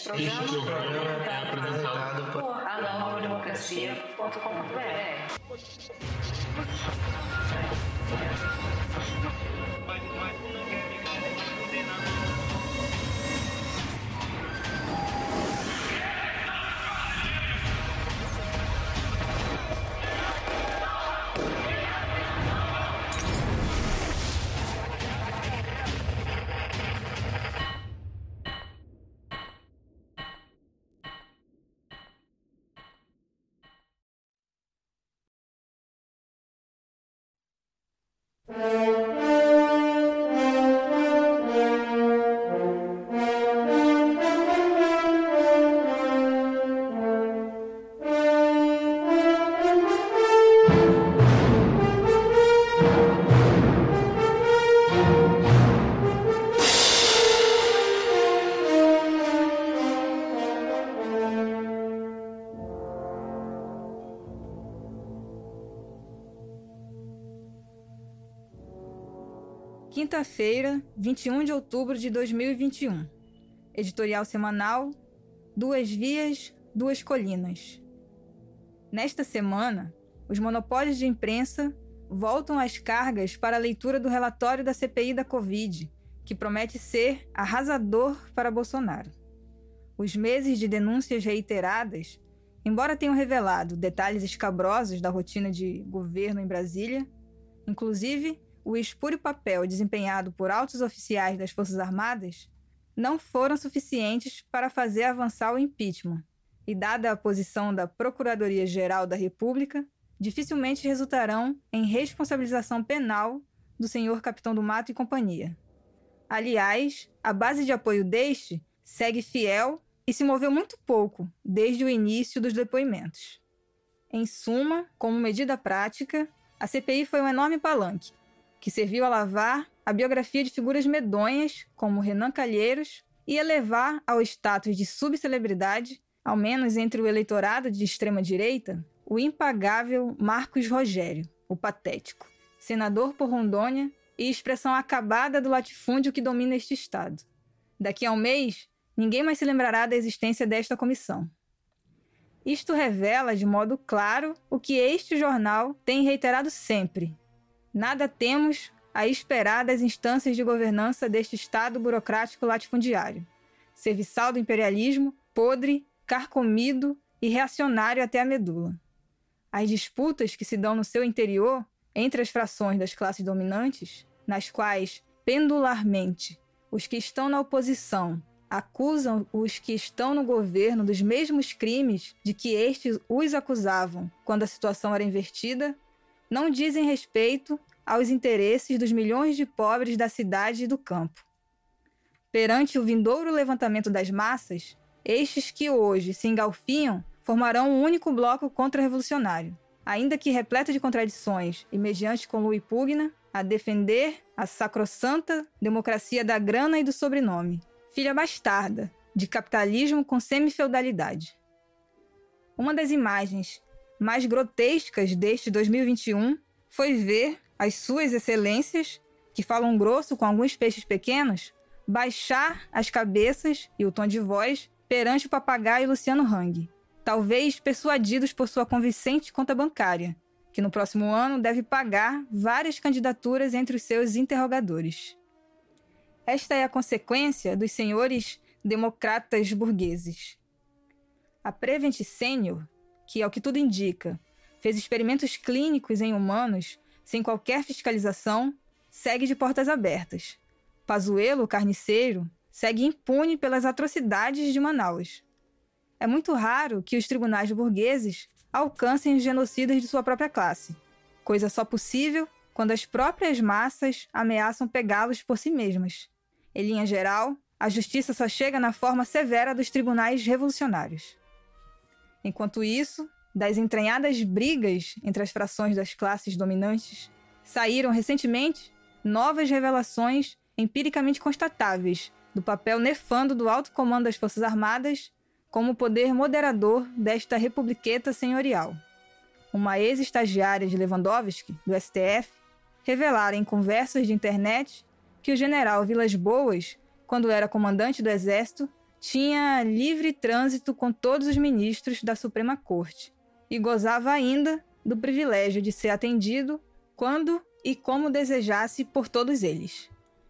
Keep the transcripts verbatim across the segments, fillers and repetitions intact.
Este programa é apresentado por anovademocracia ponto com ponto b r. Quinta-feira, vinte e um de outubro de dois mil e vinte e um. Editorial semanal, Duas Vias, Duas Colinas. Nesta semana, os monopólios de imprensa voltam às cargas para a leitura do relatório da C P I da Covid, que promete ser arrasador para Bolsonaro. Os meses de denúncias reiteradas, embora tenham revelado detalhes escabrosos da rotina de governo em Brasília, inclusive o espúrio papel desempenhado por altos oficiais das Forças Armadas, não foram suficientes para fazer avançar o impeachment, e dada a posição da Procuradoria-Geral da República, dificilmente resultarão em responsabilização penal do senhor Capitão do Mato e companhia. Aliás, a base de apoio deste segue fiel e se moveu muito pouco desde o início dos depoimentos. Em suma, como medida prática, a C P I foi um enorme palanque, que serviu a lavar a biografia de figuras medonhas como Renan Calheiros e elevar ao status de subcelebridade, ao menos entre o eleitorado de extrema-direita, o impagável Marcos Rogério, o patético, senador por Rondônia e expressão acabada do latifúndio que domina este estado. Daqui a um mês, ninguém mais se lembrará da existência desta comissão. Isto revela de modo claro o que este jornal tem reiterado sempre: nada temos a esperar das instâncias de governança deste Estado burocrático latifundiário, serviçal do imperialismo, podre, carcomido e reacionário até a medula. As disputas que se dão no seu interior entre as frações das classes dominantes, nas quais, pendularmente, os que estão na oposição acusam os que estão no governo dos mesmos crimes de que estes os acusavam quando a situação era invertida, não dizem respeito aos interesses dos milhões de pobres da cidade e do campo. Perante o vindouro levantamento das massas, estes que hoje se engalfinham formarão um único bloco contra-revolucionário, ainda que repleto de contradições e mediante conluio e pugna, a defender a sacrossanta democracia da grana e do sobrenome, filha bastarda de capitalismo com semi-feudalidade. Uma das imagens mais grotescas deste dois mil e vinte e um foi ver as suas excelências, que falam grosso com alguns peixes pequenos, baixar as cabeças e o tom de voz perante o papagaio Luciano Hang, talvez persuadidos por sua convincente conta bancária, que no próximo ano deve pagar várias candidaturas entre os seus interrogadores. Esta é a consequência dos senhores democratas burgueses. A Prevent Senior, que, ao que tudo indica, fez experimentos clínicos em humanos sem qualquer fiscalização, segue de portas abertas. Pazuello, o carniceiro, segue impune pelas atrocidades de Manaus. É muito raro que os tribunais burgueses alcancem os genocidas de sua própria classe, coisa só possível quando as próprias massas ameaçam pegá-los por si mesmas. Em linha geral, a justiça só chega na forma severa dos tribunais revolucionários. Enquanto isso, das entranhadas brigas entre as frações das classes dominantes, saíram recentemente novas revelações empiricamente constatáveis do papel nefando do alto comando das Forças Armadas como poder moderador desta republiqueta senhorial. Uma ex-estagiária de Lewandowski, do S T F, revelara em conversas de internet que o general Vilas Boas, quando era comandante do Exército, tinha livre trânsito com todos os ministros da Suprema Corte e gozava ainda do privilégio de ser atendido quando e como desejasse por todos eles.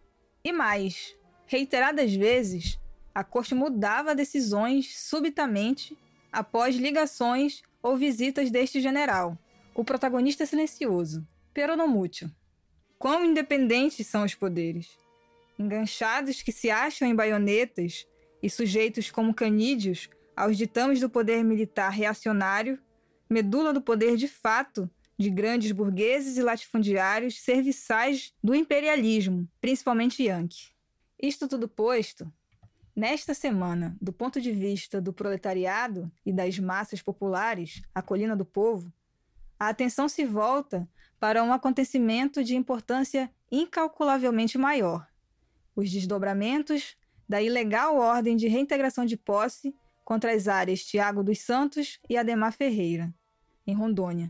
E mais, reiteradas vezes, a Corte mudava decisões subitamente após ligações ou visitas deste general, o protagonista silencioso, peronomútil. Quão independentes são os poderes! Enganchados que se acham em baionetas e sujeitos como canídeos aos ditames do poder militar reacionário, medula do poder de fato de grandes burgueses e latifundiários serviçais do imperialismo, principalmente Yankee. Isto tudo posto, nesta semana, do ponto de vista do proletariado e das massas populares, a colina do povo, a atenção se volta para um acontecimento de importância incalculavelmente maior: os desdobramentos da ilegal ordem de reintegração de posse contra as áreas Tiago dos Santos e Ademar Ferreira, em Rondônia,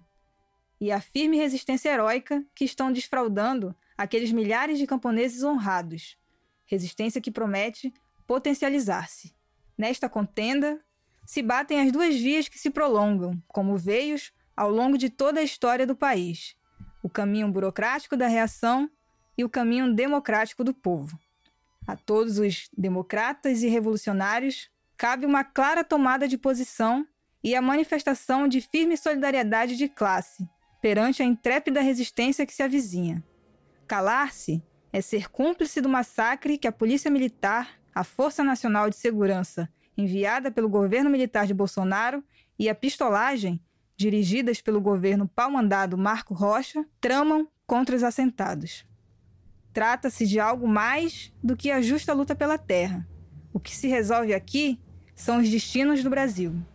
e a firme resistência heróica que estão desfraudando aqueles milhares de camponeses honrados, resistência que promete potencializar-se. Nesta contenda, se batem as duas vias que se prolongam, como veios, ao longo de toda a história do país: o caminho burocrático da reação e o caminho democrático do povo. A todos os democratas e revolucionários cabe uma clara tomada de posição e a manifestação de firme solidariedade de classe perante a intrépida resistência que se avizinha. Calar-se é ser cúmplice do massacre que a Polícia Militar, a Força Nacional de Segurança, enviada pelo governo militar de Bolsonaro, e a pistolagem, dirigidas pelo governo pau-mandado Marco Rocha, tramam contra os assentados. Trata-se de algo mais do que a justa luta pela terra. O que se resolve aqui são os destinos do Brasil.